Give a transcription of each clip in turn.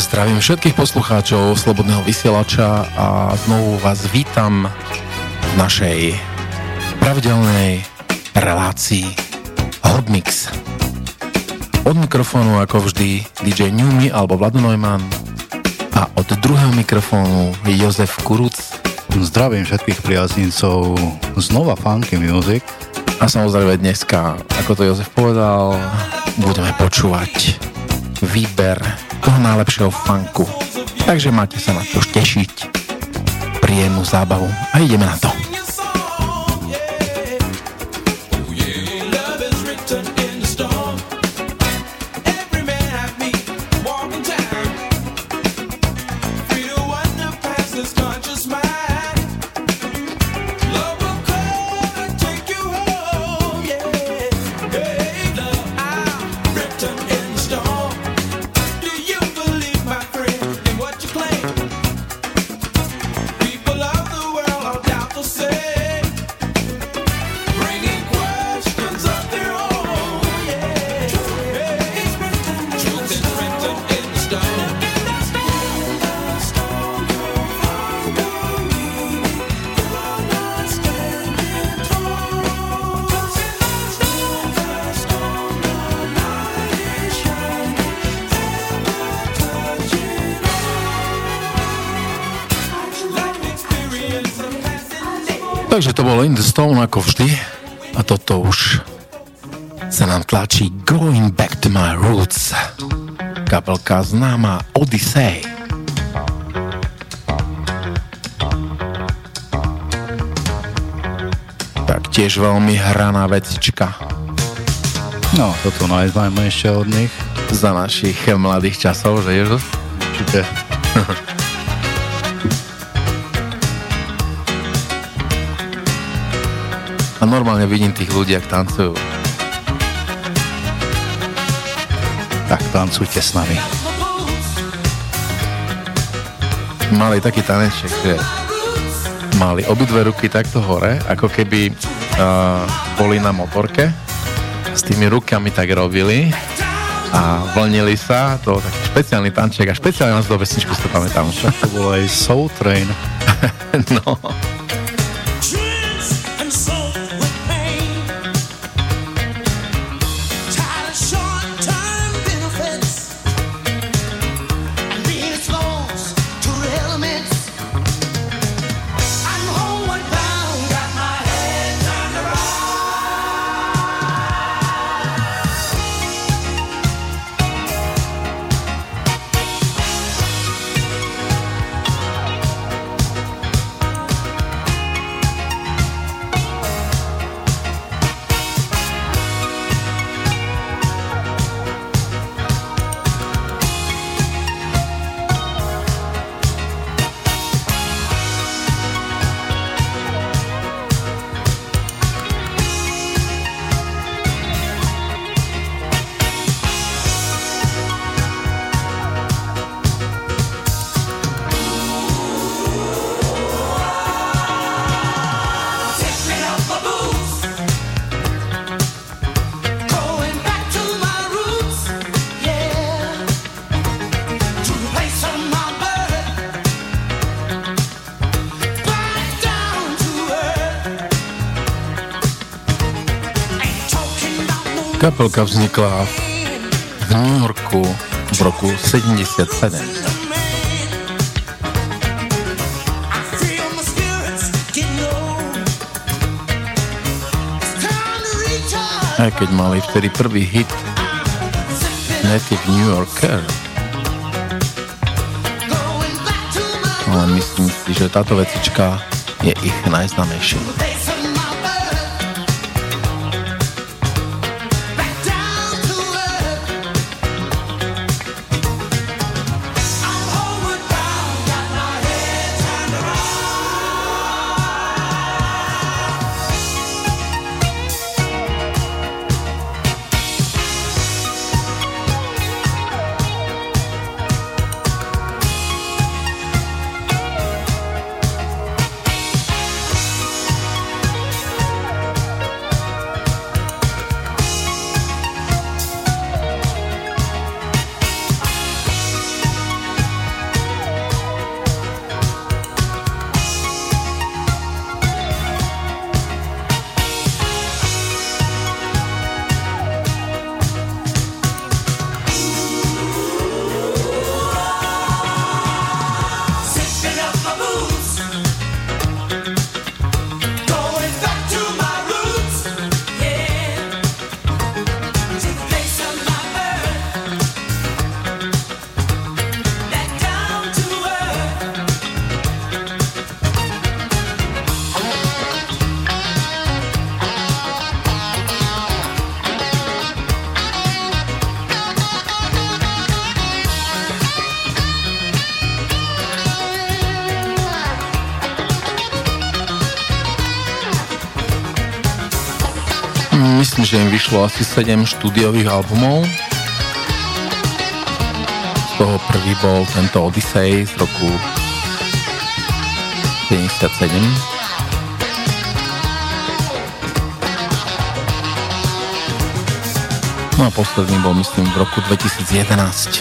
Zdravím všetkých poslucháčov Slobodného vysielača a znovu vás vítam v našej pravidelnej relácii Hot Mix. Od mikrofónu ako vždy DJ Newmy alebo Vlado Neumann a od druhého mikrofónu Jozef Kuruc. Zdravím všetkých priaznincov znova funky music. A samozrejme dneska, ako to Jozef povedal, budeme počúvať výber toho najlepšieho funku. Takže máte sa na to tešiť. Príjemnú zábavu a ideme na to. Takže to bolo In The Stone ako vždy a toto už sa nám tlačí Going Back To My Roots, kapelka známa Odyssey. Tak tiež veľmi hraná vecička. No, toto najznámejšie od nich. Za našich mladých časov, že Ježus? Určite. A normálne vidím tých ľudí, ak tancujú. Tak tancujte s nami. Mali taký taneček, že mali obidve ruky takto hore, ako keby boli na motorke. S tými rukami tak robili a vlnili sa. To bol taký špeciálny tanček a špeciálne na tú pesničku si to pamätám. To bolo aj Soul Train. No. Kapelka vznikla v New Yorku v roku 77. Aj keď mali vtedy prvý hit Native New Yorker. Ale myslím si, že táto vecička je ich najznámejšia. Myslím, že im vyšlo asi 7 štúdiových albumov. Z toho prvý bol tento Odyssey z roku 77. No a posledný bol, myslím, v roku 2011.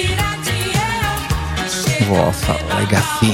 Volal sa Legacy.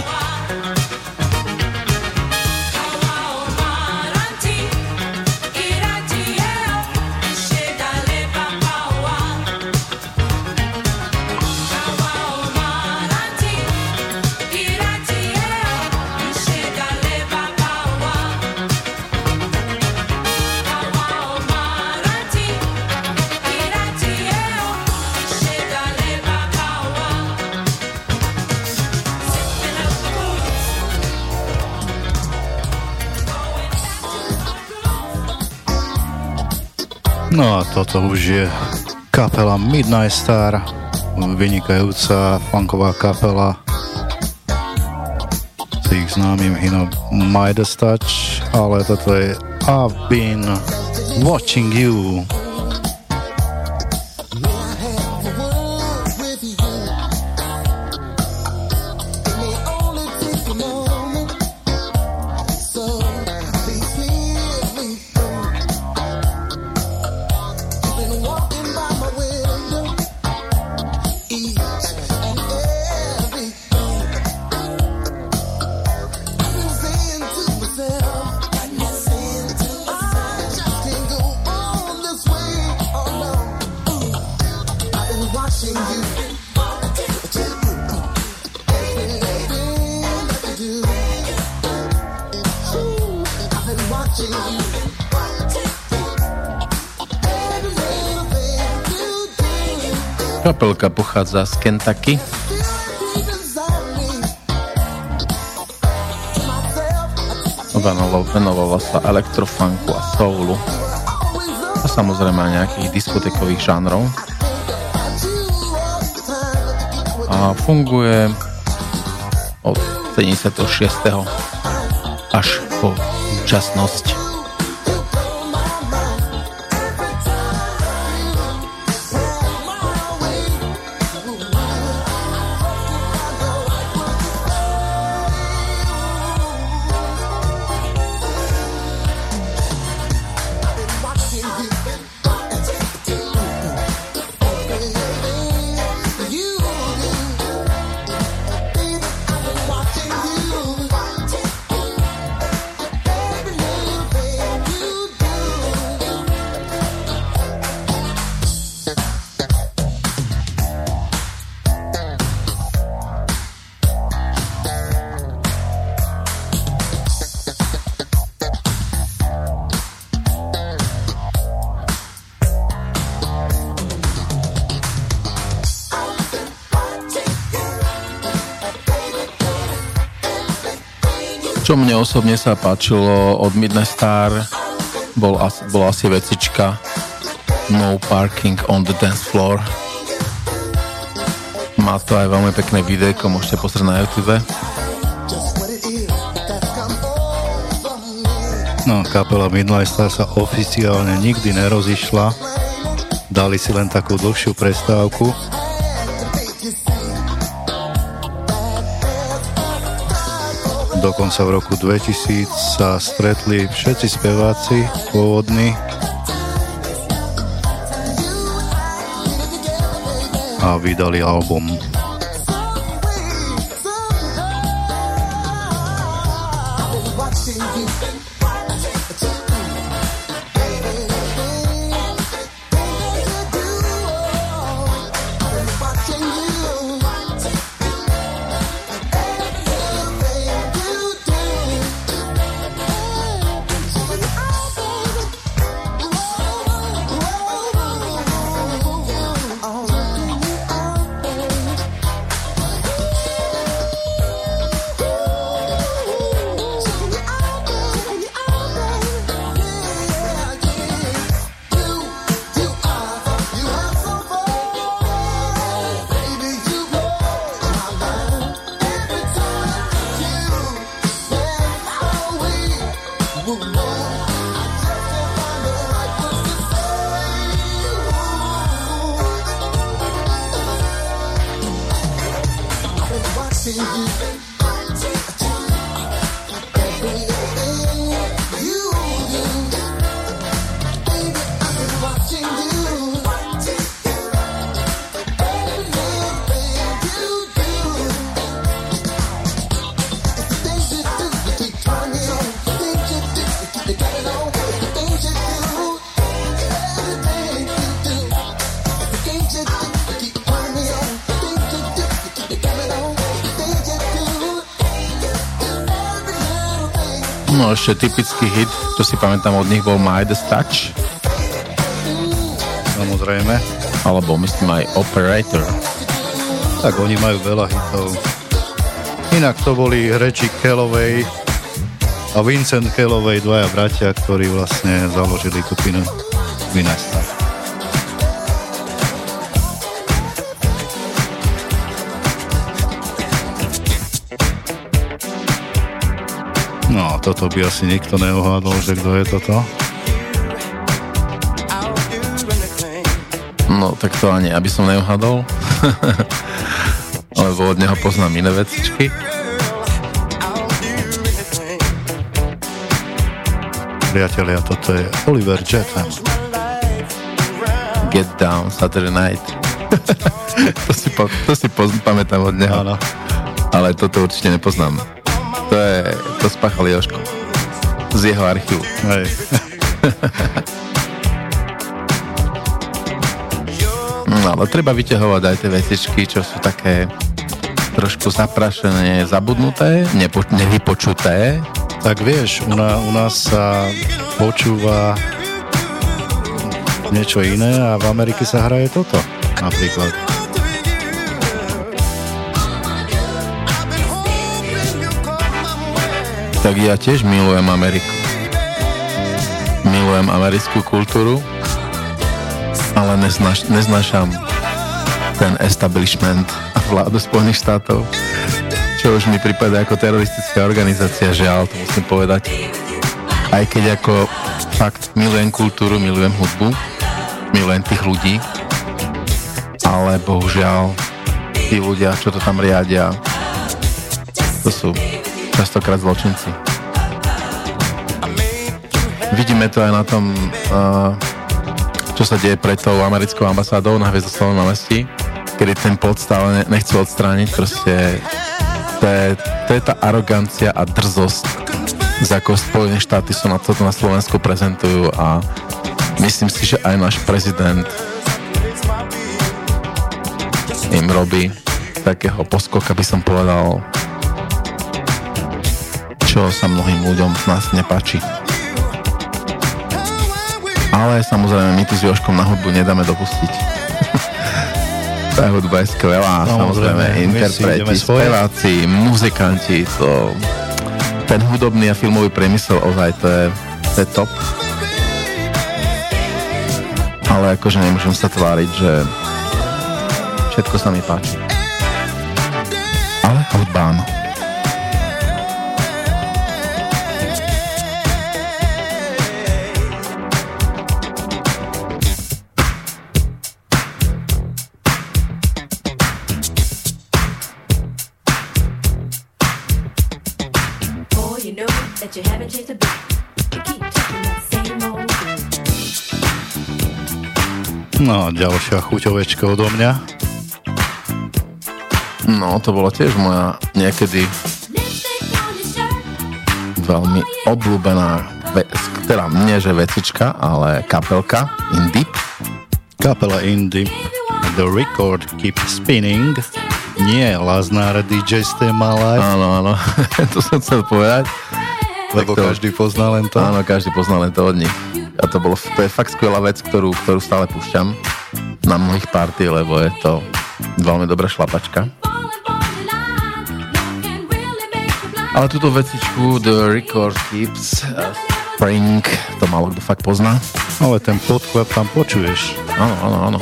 No a toto už je kapela Midnight Star, vynikajúca funková kapela s ich známym hymnom Midas Touch, ale toto je I've Been Watching You. Kapelka pochádza z Kentucky. Venovala sa elektrofunku a soulu a samozrejme aj nejakých diskotekových žánrov. A funguje od 76. až po súčasnosť. Čo mne osobne sa páčilo od Midnight Star, bola asi vecička No Parking on the Dance Floor. Má to aj veľmi pekné videjko, môžete pozrieť na YouTube. No, kapela Midnight Star sa oficiálne nikdy nerozišla. Dali si len takú dlhšiu prestávku. Dokonca v roku 2000 sa stretli všetci speváci pôvodní a vydali album. No ešte typický hit, čo si pamätám od nich, bol Midas Touch. Samozrejme. Alebo myslím aj Operator. Tak oni majú veľa hitov. Inak to boli Reggie Calloway a Vincent Calloway, dvaja bratia, ktorí vlastne založili skupinu Vinasta. No, toto by asi nikto neuhádol, že kto je toto. No, tak to ani aby som neuhádol. Lebo od neho poznám iné vecičky. Priatelia, toto je Oliver Jeffem. Get Down, Saturday Night. to si pamätám od neho. Áno. Ale toto určite nepoznám. To spáchal Jožko. Z jeho archívu. Hej. No, ale treba vyťahovať aj tie vecičky, čo sú také trošku zaprašené, zabudnuté, nevypočuté. Tak vieš, u nás sa počúva niečo iné a v Amerike sa hraje toto, napríklad. Tak ja tiež milujem Ameriku. Milujem americkú kultúru, ale neznášam ten establishment a vládu Spojených štátov, čo už mi prípada ako teroristická organizácia, žiaľ, to musím povedať. Aj keď ako fakt milujem kultúru, milujem hudbu, milujem tých ľudí, ale bohužiaľ tí ľudia, čo to tam riadia, to sú častokrát zločinci. Vidíme to aj na tom, čo sa deje pred tou americkou ambasádou na Hviezdoslavom námestí, kedy ten plot stále nechcú odstrániť. Proste to je tá arogancia a drzosť, za ako Spojené štáty sa na toto na Slovensku prezentujú, a myslím si, že aj náš prezident im robí takého poskoka, by som povedal, čo sa mnohým ľuďom z nás nepáči. Ale samozrejme, my tu s Jožkom na hudbu nedáme dopustiť. Tá hudba je skvelá, samozrejme, interpreti, speváci, muzikanti, ten hudobný a filmový priemysel, ozaj, to je top. Ale akože nemôžem sa tváriť, že všetko sa mi páči. Ale hudba áno. No, ďalšia chuťovečka odo mňa. No, to bola tiež moja niekedy veľmi obľúbená, teda nie že vecička, ale kapelka indie. Kapela indie. The record keeps spinning. Nie, Laznár DJ Stema Live. Áno, to som chcel povedať. Lebo každý pozná len to. Áno, každý pozná len to od nich. A to je fakt skvelá vec, ktorú stále púšťam na mnohých party, lebo je to veľmi dobrá šlapačka. Ale túto vecičku The Record Keeps Spring, to málo kto fakt pozná. Ale ten podklad tam počuješ. Áno.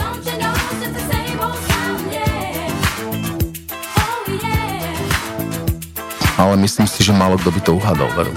Ale myslím si, že málo kto by to uhádol, veru.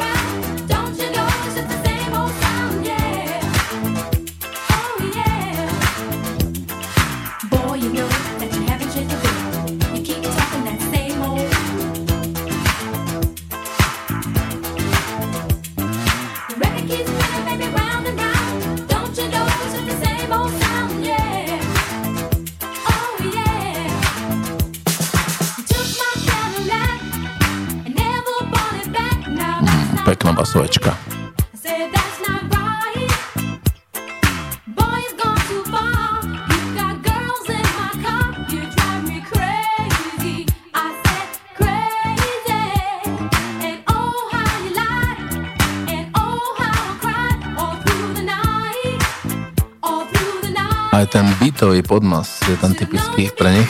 Pekná basovečka. Aj ten beatový podmas je tam typický pre nich.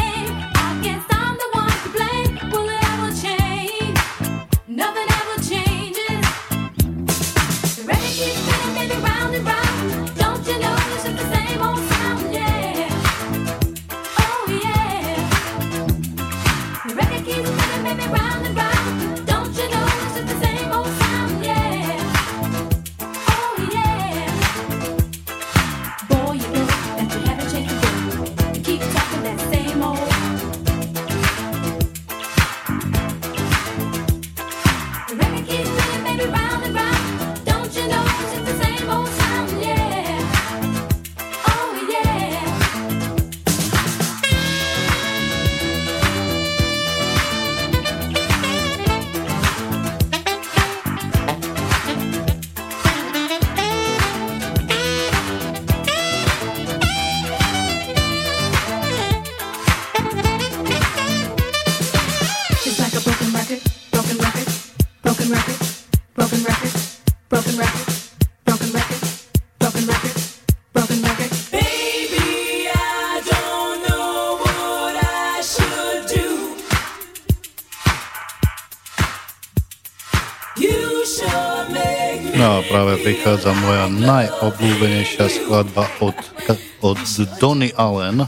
No a práve prichádza moja najobľúbenejšia skladba od Donny Allen.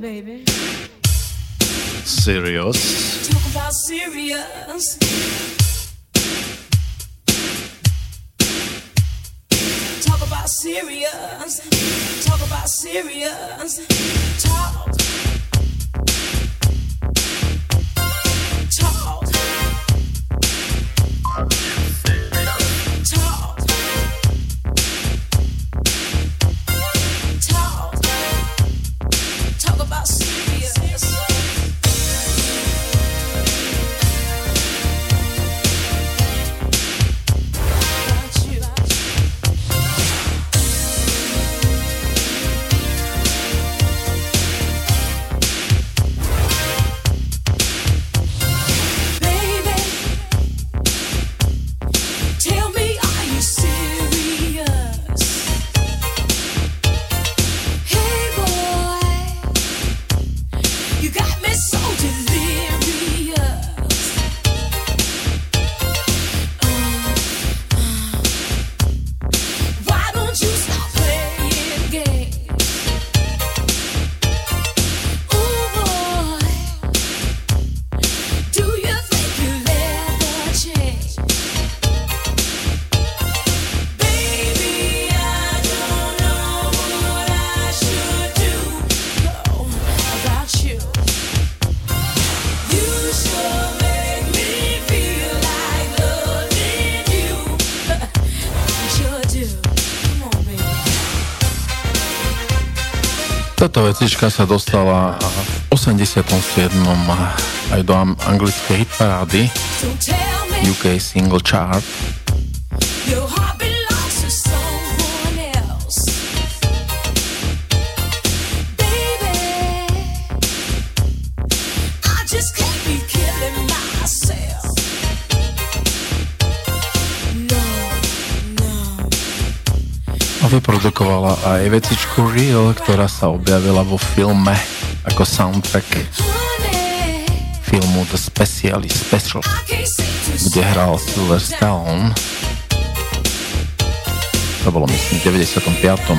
Serious. Talk about serious. Talk about serious. Talk. Talk. Táto vecička sa dostala v 87. aj do anglickej hitparády UK Single Chart. Vyprodukovala aj vecičku Real, ktorá sa objavila vo filme ako soundtrack filmu The Special, kde hral Sylvester Stallone. To bolo myslím v 95.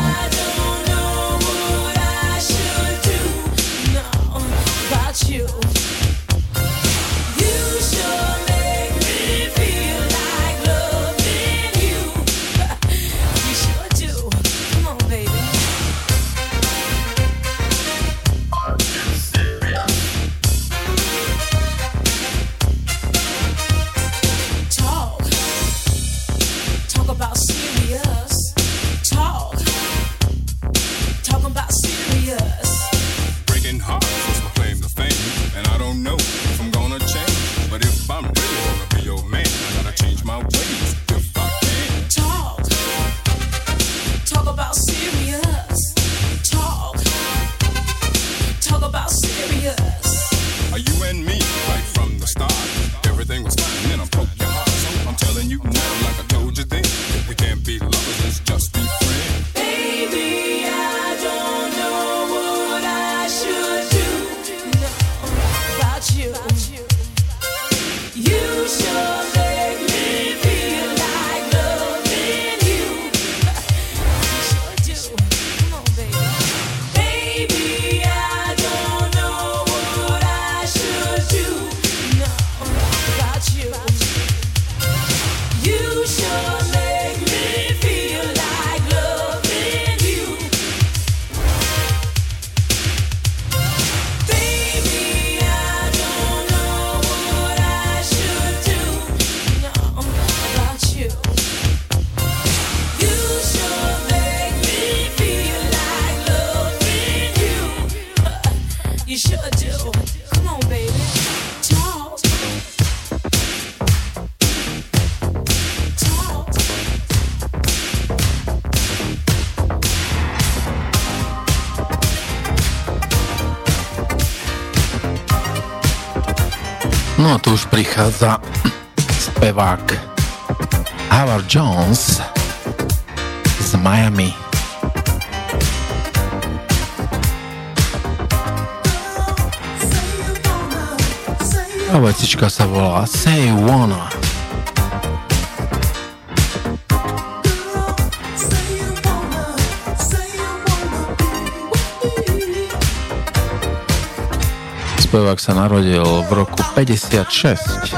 už prichádza spevák Howard Jones z Miami. A vecička sa volá Say You Wanna. Spevák sa narodil v roku 56.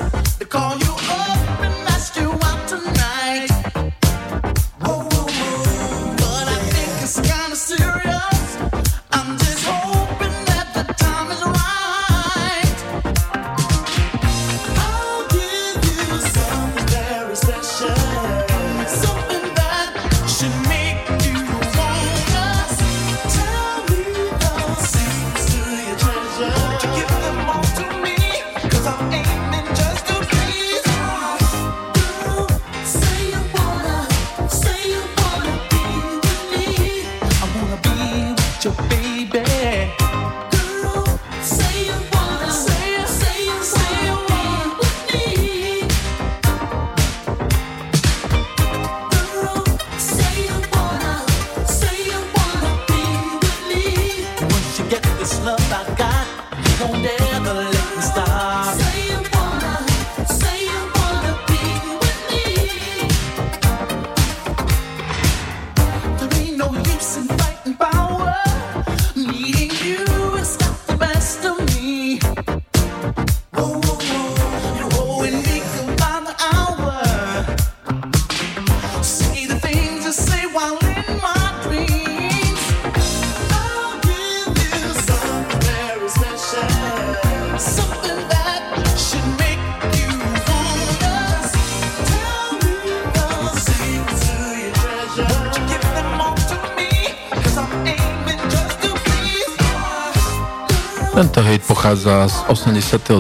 Tento hit pochádza z 82.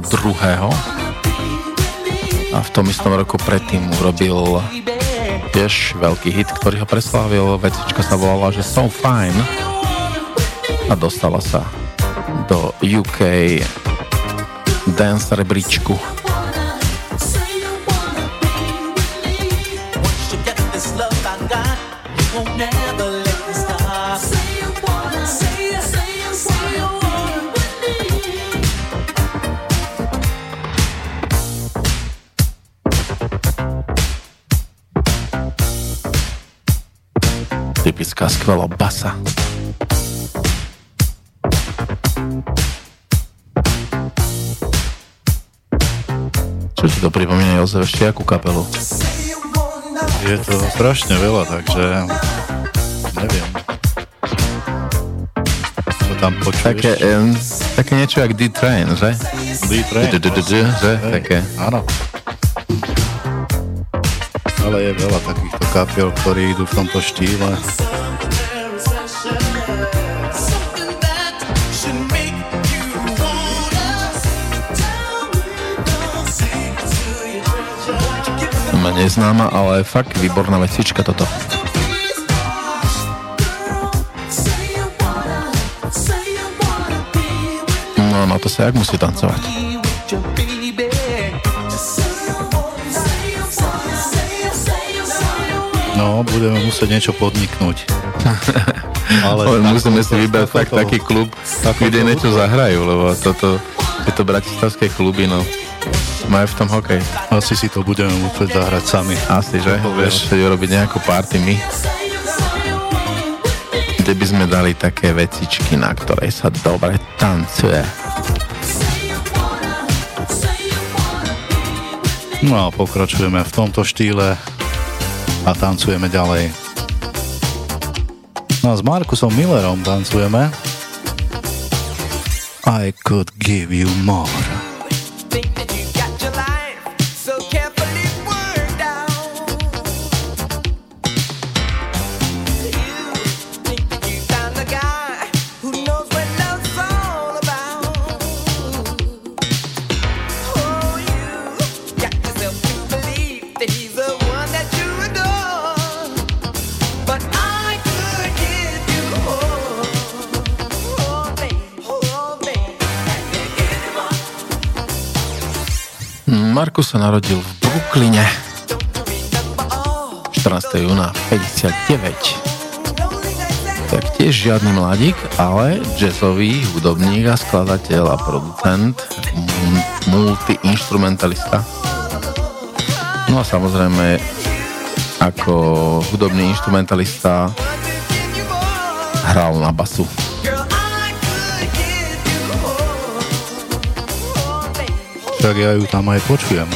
A v tom istom roku predtým urobil tiež veľký hit, ktorý ho preslávil. Vecička sa volala, že So Fine a dostala sa do UK dance rebríčku. Typická skvelá basa. Čo ti to pripomína, Jozef, ešte akú kapelu? Je to strašne veľa, takže neviem. Čo tam počuješ? Také niečo jak D-Train, že? D-Train, že? Také. Áno. Ale je veľa takýchto kapiel, ktorí idú v tomto štýle. Neznáma, ale fakt výborná vecička toto. No, to sa jak musí tancovať. No, budeme musieť niečo podniknúť. Ale musíme si vybrať fakt taký klub, kde niečo zahrajú, lebo tieto bratislavské kluby, no, majú v tom hokej. Asi si to budeme musieť zahrať sami. Asi, že? Vieš, urobiť nejakú party my. Kde by sme dali také vecičky, na ktorej sa dobre tancuje. No a pokračujeme v tomto štýle a tancujeme ďalej. No a s Markusom Millerom tancujeme I could give you more. Markus sa narodil v Brooklyne 14. júna 59. Tak tiež žiadny mladík, ale jazzový hudobník a skladateľ a producent, multi-instrumentalista. No a samozrejme ako hudobný instrumentalista hral na basu. Tak ja ju tam aj počujem.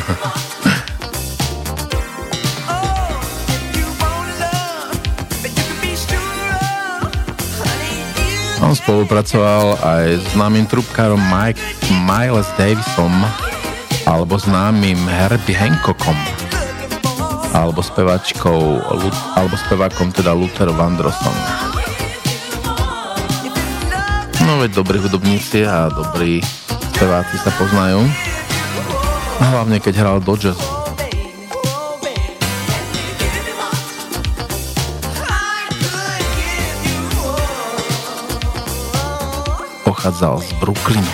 On spolupracoval aj s známym trubkárom Miles Davisom alebo známym Herbie Hancockom alebo spevákom teda Luther Vandrossom. No veď dobrí hudobníci a dobrí speváci sa poznajú. A hlavne keď hral do jazzu. Pochádzal z Brooklynu.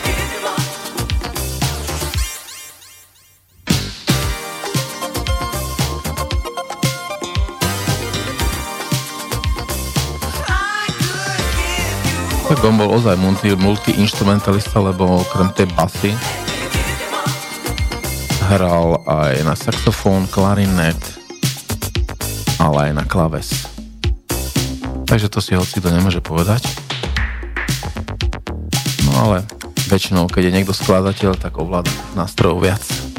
Tak on bol ozaj multi-instrumentalista, lebo okrem tej basy hral aj na saxofón, klarinet, ale aj na klaves. Takže to si hocikto nemôže povedať. No ale väčšinou, keď je niekto skladateľ, tak ovláda nástrojov viac.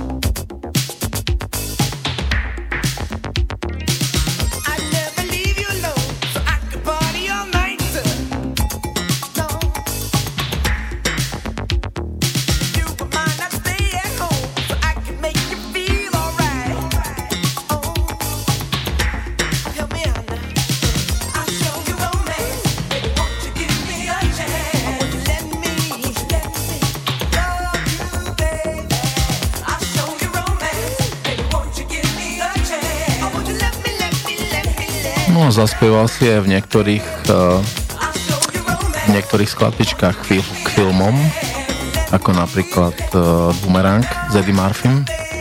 No, zaspieval si aj v niektorých skladbičkách k filmom, ako napríklad Boomerang s Eddie Murphym.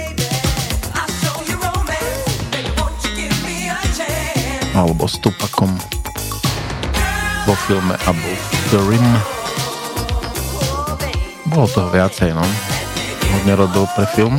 Alebo s Tupakom vo filme Above the Rim. Bolo toho viacej, no. Hodne robil pre film.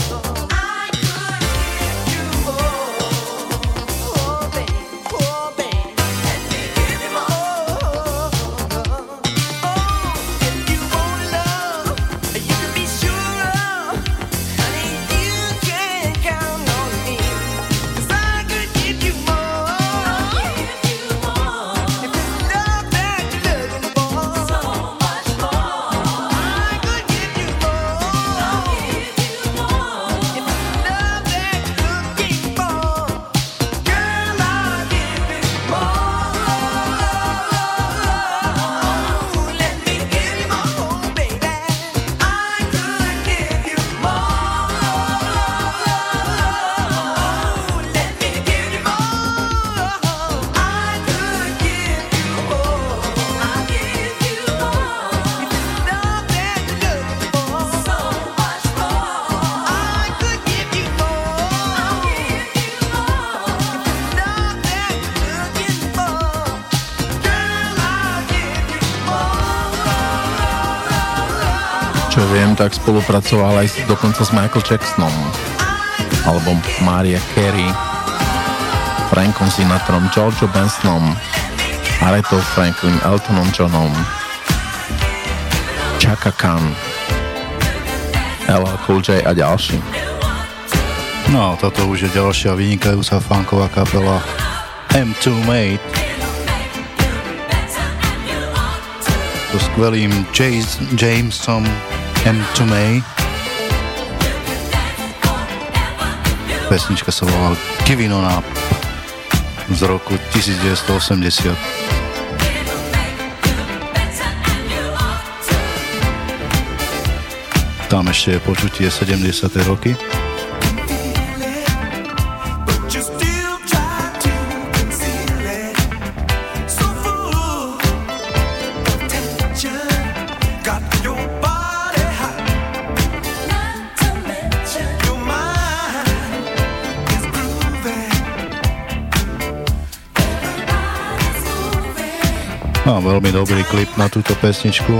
Čo viem, tak spolupracoval aj dokonca s Michael Jacksonom alebo Mariah Carey, Frankom Sinatrom, George Bensonom, Aretha Franklin, Eltonom Johnom, Chaka Khan, LL Cool J a ďalší. No, toto už je ďalšia vynikajúca funková kapela M2 Mate so skvelým Jamesom M2 May. Pesnička sa volala Giving On Up z roku 1980. Tam ešte je počutie 70. roky. No, veľmi dobrý klip na túto pesničku.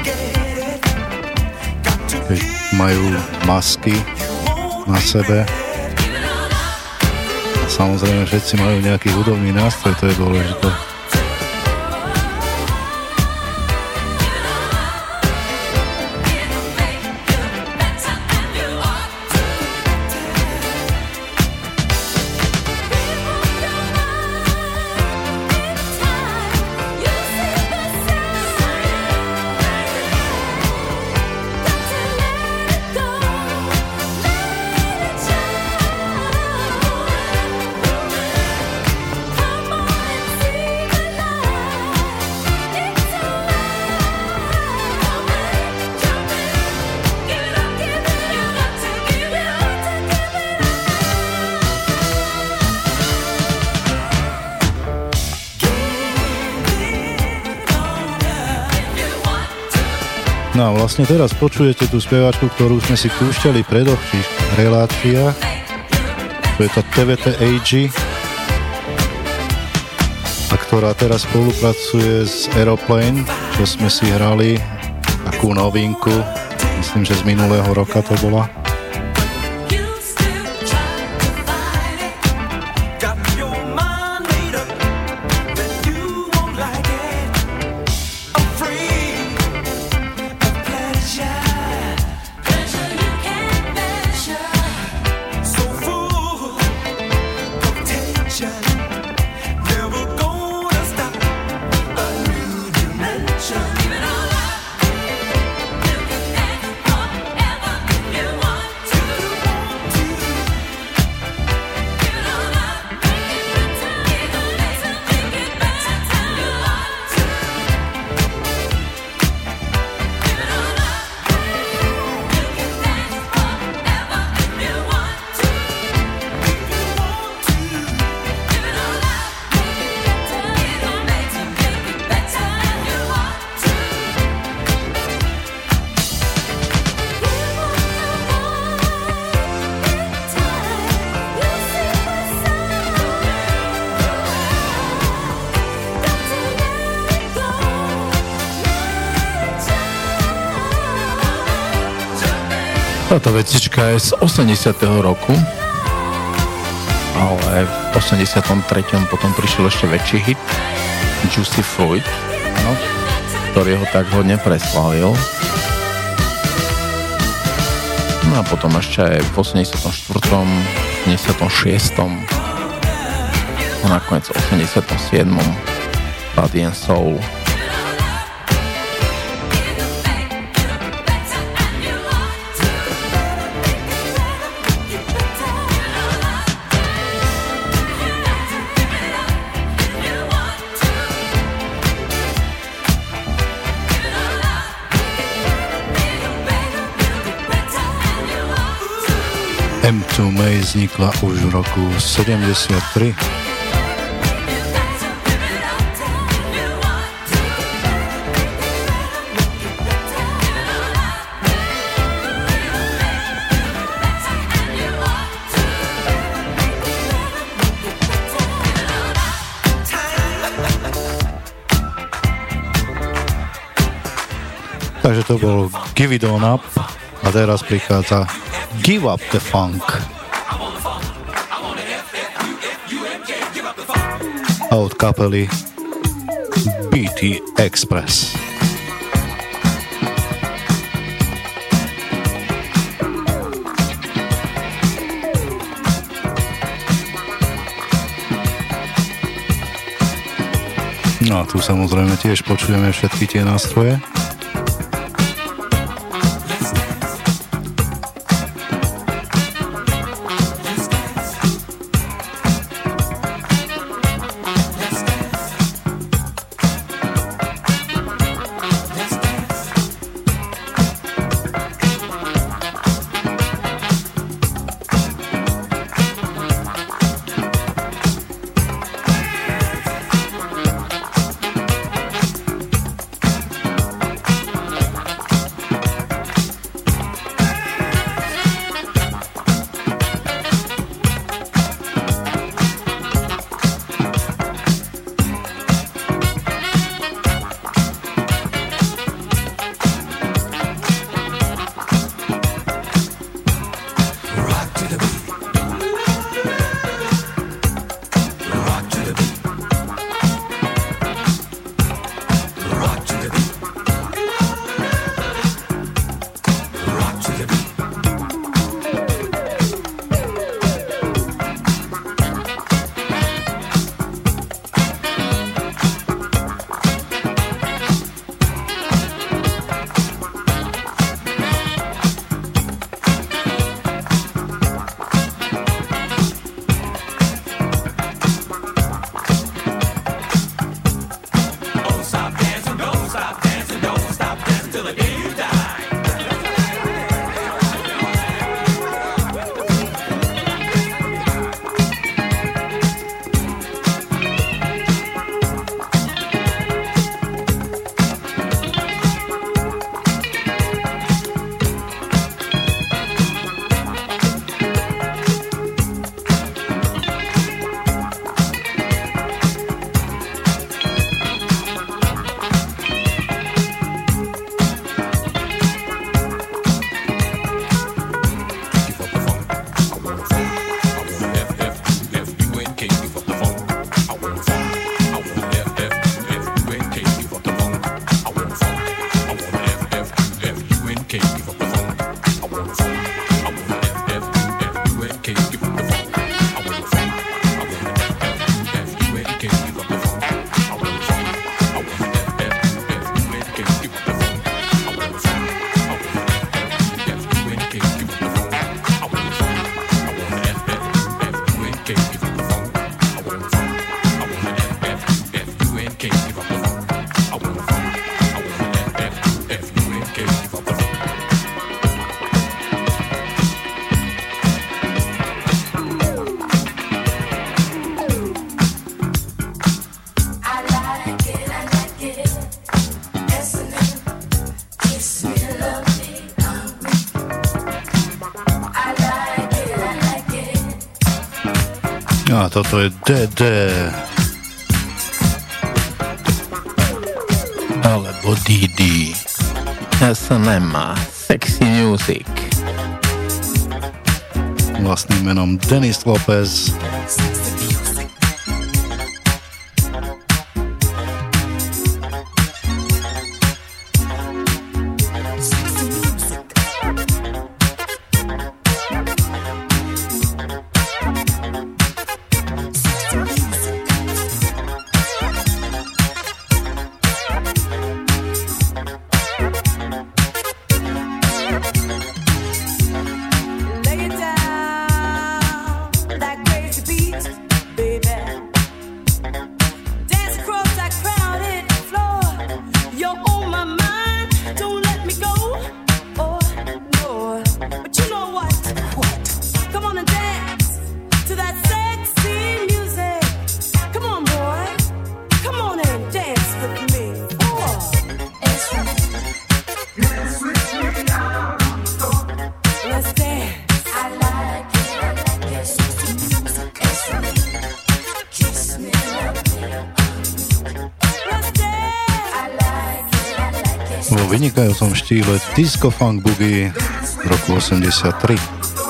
Keď majú masky na sebe. Samozrejme, všetci majú nejaký hudobný nástroj, to je dôležité. No a vlastne teraz počujete tú speváčku, ktorú sme si púšťali v predošlých reláciách. To je tá TVT AG, a ktorá teraz spolupracuje s Aeroplane, čo sme si hrali, takú novinku, myslím, že z minulého roka to bola. Táto vecička je z 80. roku, ale v 83. potom prišiel ešte väčší hit, Juicy Fruit, no, ktorý ho tak hodne preslávil. No a potom ešte aj v 84., 86. a nakoniec v 87. Body and Soul. M2 May vznikla už v roku 73. Takže to bol Give It On Up a teraz prichádza Give Up the Funk a od kapely BT Express. No a tu samozrejme tiež počujeme všetky tie nástroje. A toto je DD. Alebo DD. SNM. Sexy Music. Vlastným menom Dennis Lopez. Vynikajúcom štýle disco funk boogie v roku 83.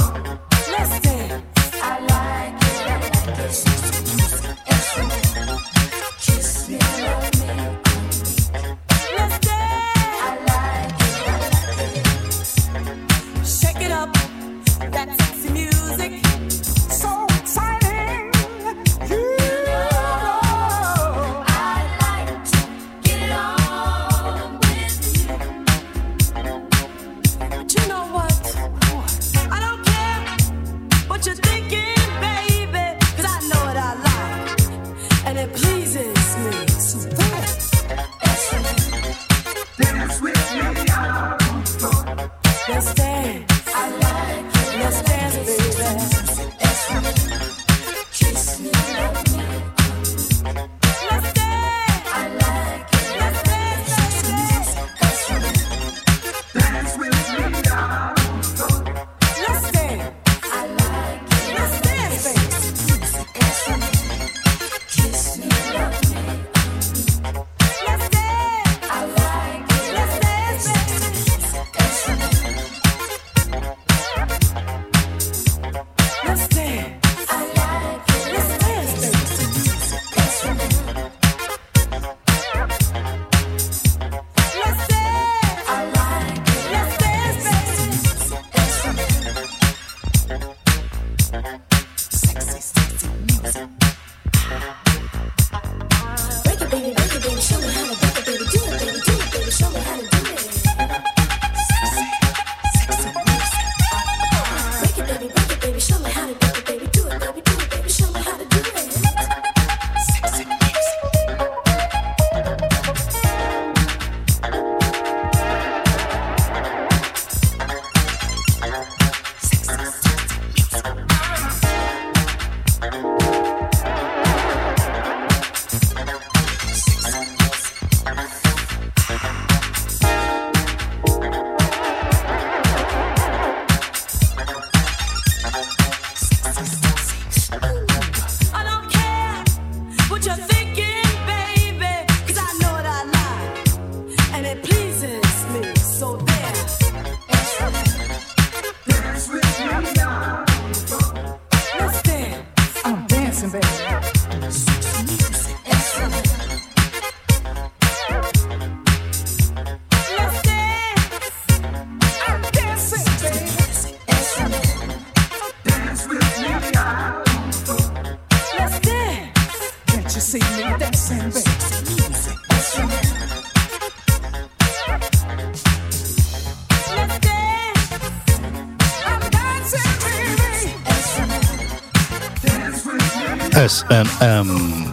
SNM,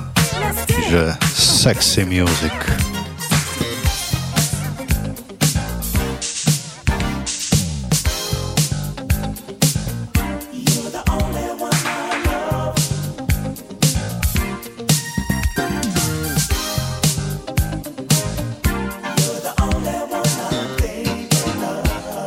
čiže Sexy Music.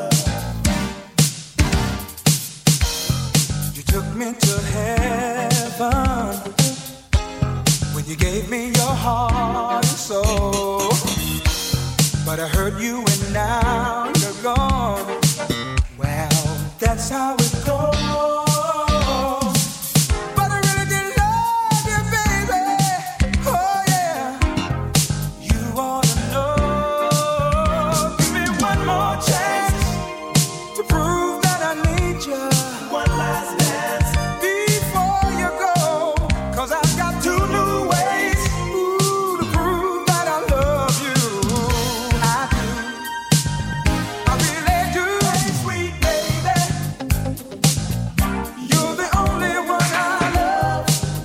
You took me to heaven. fun when you gave me your heart and soul. But I hurt you and now you're gone. Well, that's how it goes. But I really did love you, baby. Oh yeah, you ought to know. Give me one more chance to prove that I need you. One last dance before you go. 'Cause I've got two new ways, ooh, to prove that I love you. I do, I really do. Hey, sweet baby, you're the only one I love.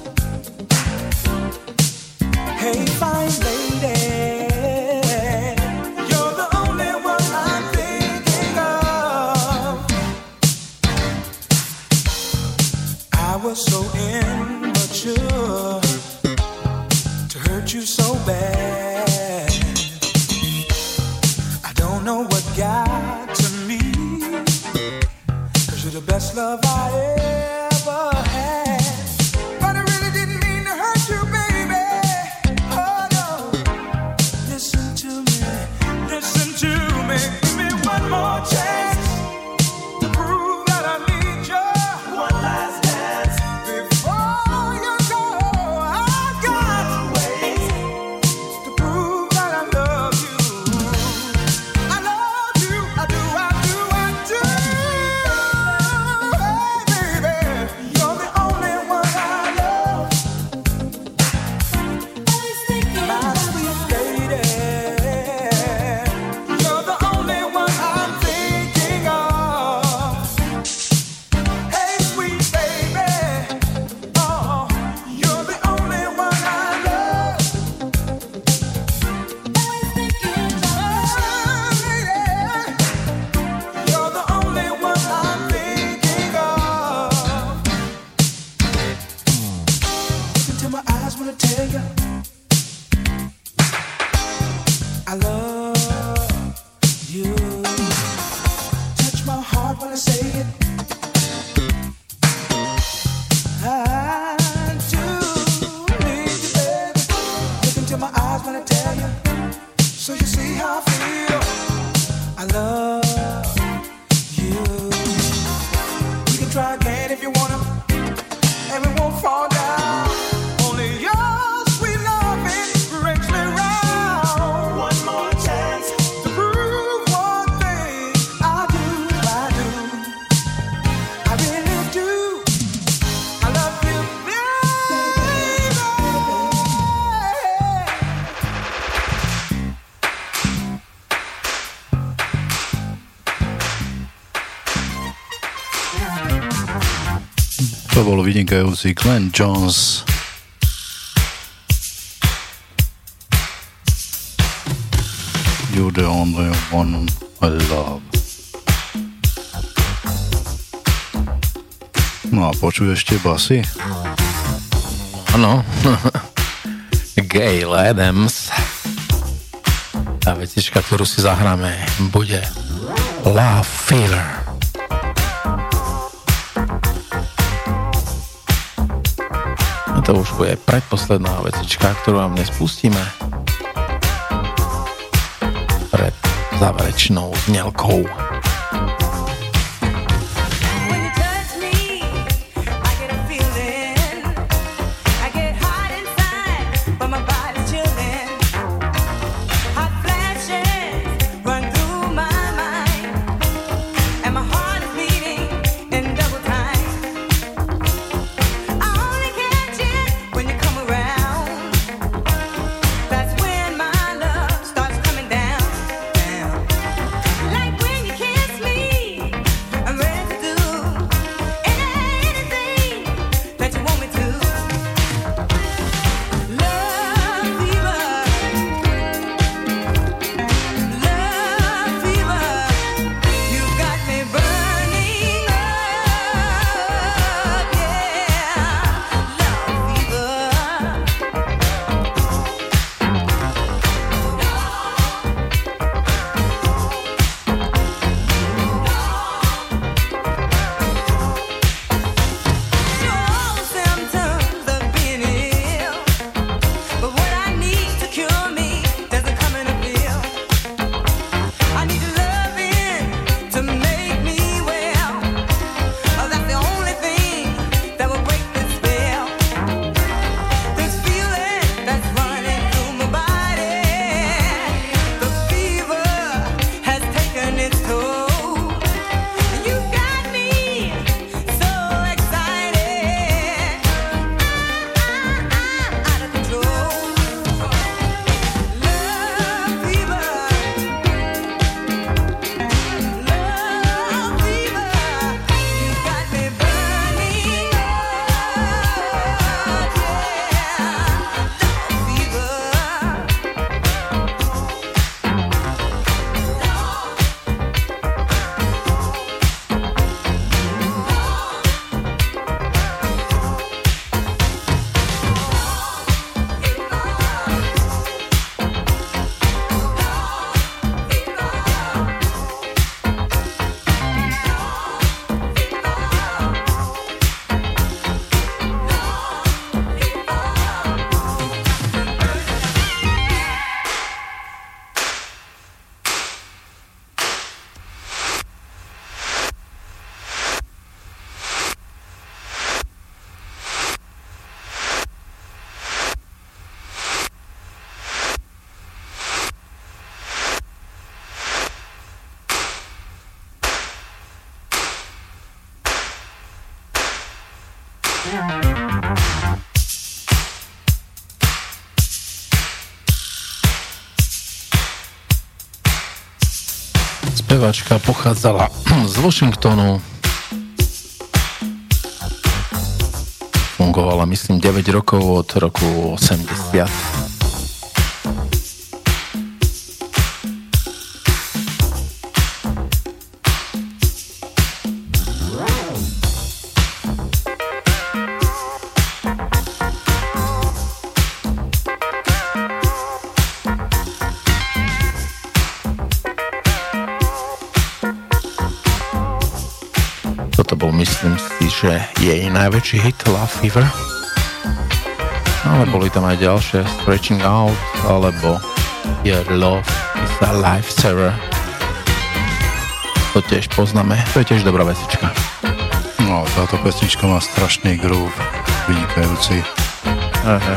Hey, fine lady, you're the only one I'm thinking of. I was so immature to hurt you so bad. I don't know what got to me, 'cause you're the best love I ever had. But I really didn't mean to hurt you, baby. Oh no. Listen to me, listen to me. Give me one more chance to prove that I need you. One last dance before you go. I've got ways to prove that I love you. I love you, I do, I do, I do. Hey, baby, you're the only one I love. My sweet lady, you're the only one I'm thinking of. Hey, sweet baby, oh, you're the only one I love. You're the only one I'm thinking of. Look into my eyes when I tell you I love you. Touch my heart when I say it. I do need you, baby. Look into my eyes when I tell you, so you see how I feel. I love you. We can try again if you wanna, and we won't fall down. Only your sweet loving breaks me round. One more chance to prove one thing. I do, I really do. I love you, baby. To bol vynikajúci Glenn Jones. You're the only one I love. No a počuješ tie basy? Áno. Gail Adams. Tá vecička, ktorú si zahráme, bude Love Feeler. A to už bude predposledná vecička, ktorú vám dnes pustíme pred záverečnou znelkou. Like when you Speváčka pochádzala z Washingtonu. Fungovala, myslím, 9 rokov od roku 80. Myslím si, že jej najväčší hit Love Fever, ale boli tam aj ďalšie Stretching Out alebo Your Love is a Lifesaver, to tiež poznáme, to je tiež dobrá vecička. No, táto pesnička má strašný groove, vynikajúci. Aha.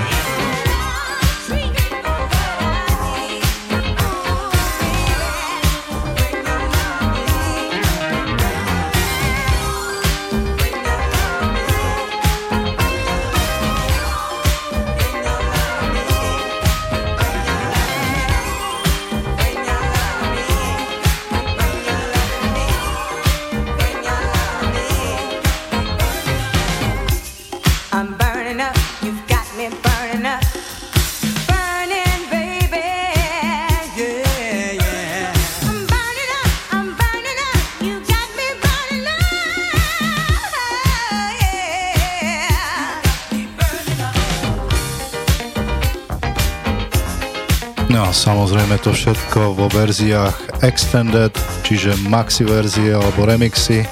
Samozrejme to všetko vo verziách extended, čiže maxi verzie alebo remixy,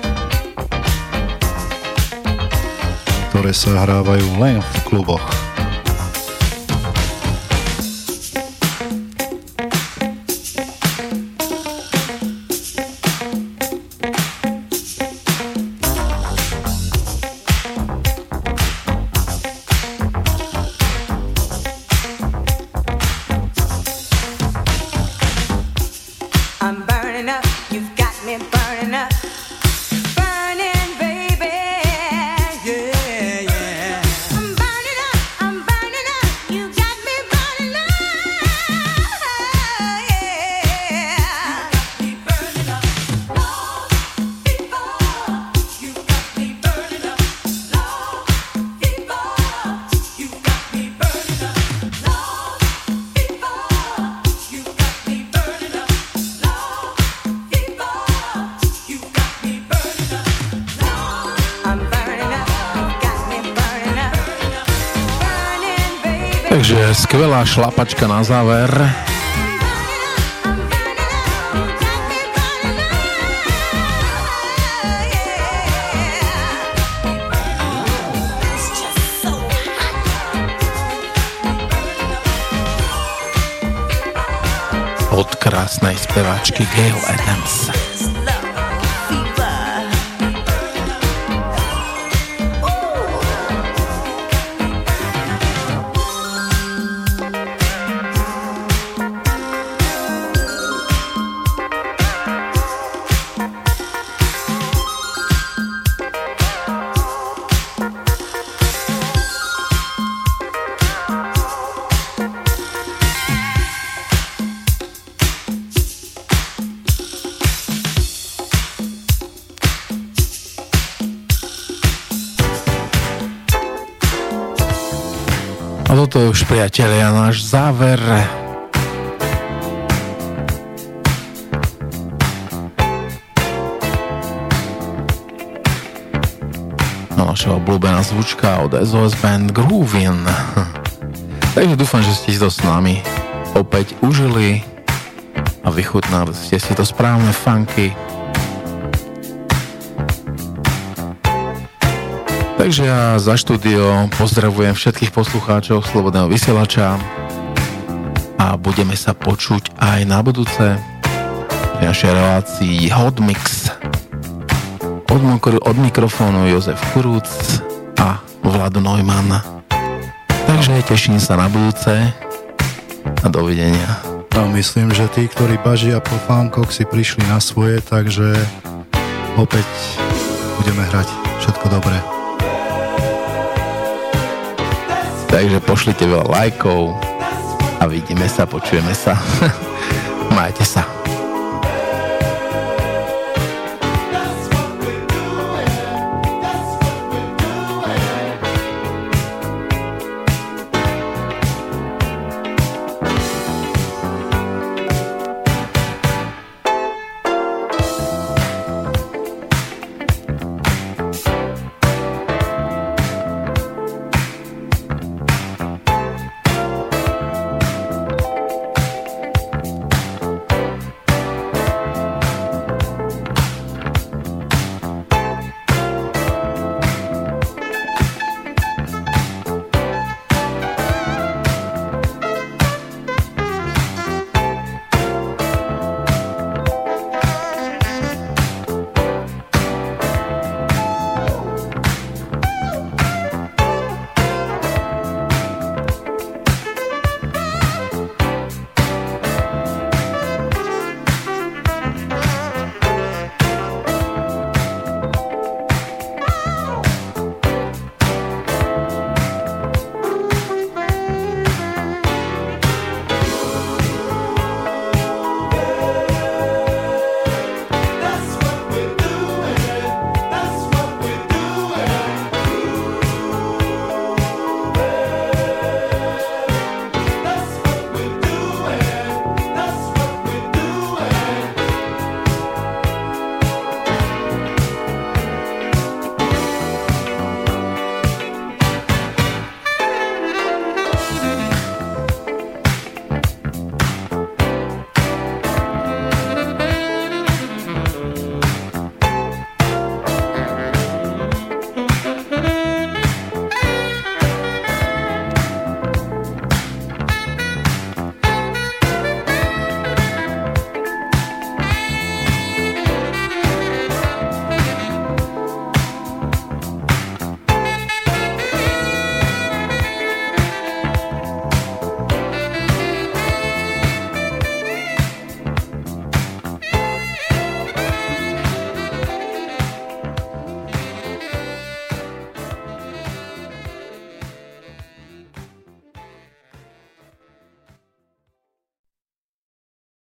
ktoré sa hrávajú len v kluboch. Takže skvelá šlapačka na záver. Od krásnej speváčky Gail Adams. A toto je už, priatelia, náš záver. Naša obľúbená zvučka od SOS Band Groovin. Takže dúfam, že ste si to s nami opäť užili a vychutnali ste si to správne funky. Takže ja za štúdio pozdravujem všetkých poslucháčov Slobodného vysielača a budeme sa počuť aj na budúce v našej relácii Hot Mix. Od mikrofónu Jozef Kurúc a Vlado Neumann. Takže teším sa na budúce a dovidenia. A myslím, že tí, ktorí bažia po funkoch, si prišli na svoje, takže opäť budeme hrať všetko dobré. Takže pošlite veľa lajkov a vidíme sa, počujeme sa. Majte sa.